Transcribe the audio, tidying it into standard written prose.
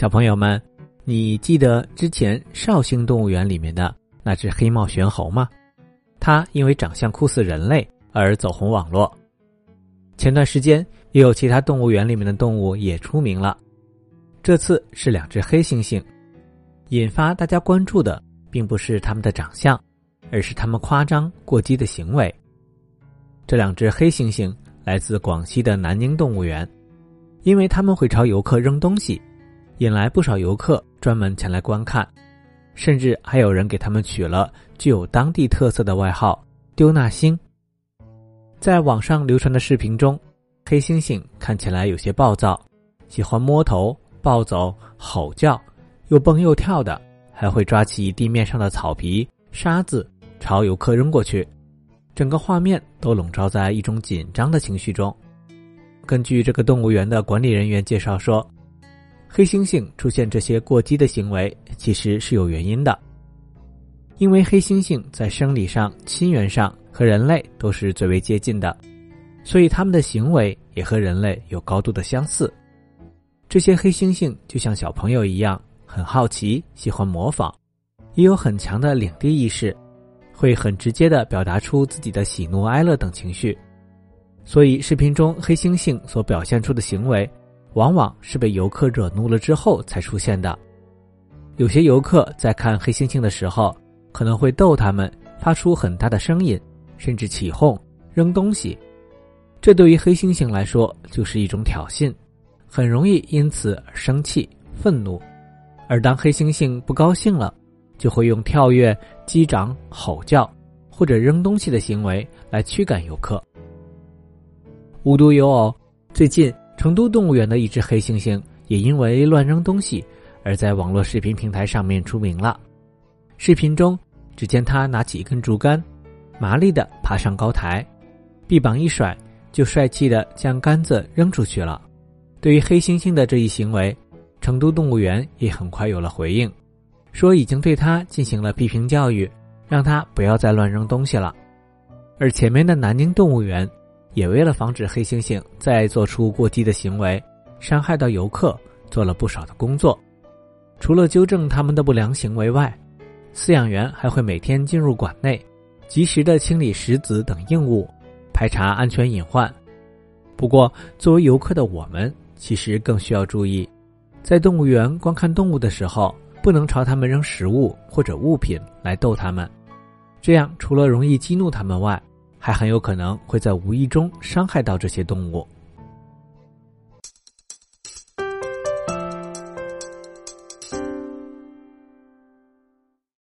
小朋友们，你记得之前绍兴动物园里面的那只黑帽玄猴吗？它因为长相酷似人类而走红网络。前段时间也有其他动物园里面的动物也出名了，这次是2只黑猩猩。引发大家关注的并不是它们的长相，而是它们夸张过激的行为。这2只黑猩猩来自广西的南宁动物园，因为它们会朝游客扔东西，引来不少游客专门前来观看，甚至还有人给它们取了具有当地特色的外号丢纳星。在网上流传的视频中，黑猩猩看起来有些暴躁，喜欢摸头、暴走、吼叫，又蹦又跳的，还会抓起地面上的草皮、沙子朝游客扔过去，整个画面都笼罩在一种紧张的情绪中。根据这个动物园的管理人员介绍说，黑猩猩出现这些过激的行为其实是有原因的。因为黑猩猩在生理上、亲缘上和人类都是最为接近的，所以它们的行为也和人类有高度的相似。这些黑猩猩就像小朋友一样，很好奇，喜欢模仿，也有很强的领地意识，会很直接地表达出自己的喜怒哀乐等情绪。所以视频中黑猩猩所表现出的行为往往是被游客惹怒了之后才出现的。有些游客在看黑猩猩的时候可能会逗他们，发出很大的声音，甚至起哄、扔东西。这对于黑猩猩来说就是一种挑衅，很容易因此而生气、愤怒。而当黑猩猩不高兴了，就会用跳跃、击掌、吼叫或者扔东西的行为来驱赶游客。无独有偶，最近成都动物园的一只黑猩猩也因为乱扔东西而在网络视频平台上面出名了。视频中只见他拿起一根竹竿，麻利地爬上高台，臂膀一甩，就帅气地将杆子扔出去了。对于黑猩猩的这一行为，成都动物园也很快有了回应，说已经对他进行了批评教育，让他不要再乱扔东西了。而前面的南宁动物园也为了防止黑猩猩再做出过激的行为，伤害到游客，做了不少的工作。除了纠正他们的不良行为外，饲养员还会每天进入馆内，及时的清理石子等硬物，排查安全隐患。不过作为游客的我们其实更需要注意，在动物园观看动物的时候，不能朝它们扔食物或者物品来逗它们，这样除了容易激怒它们外，还很有可能会在无意中伤害到这些动物。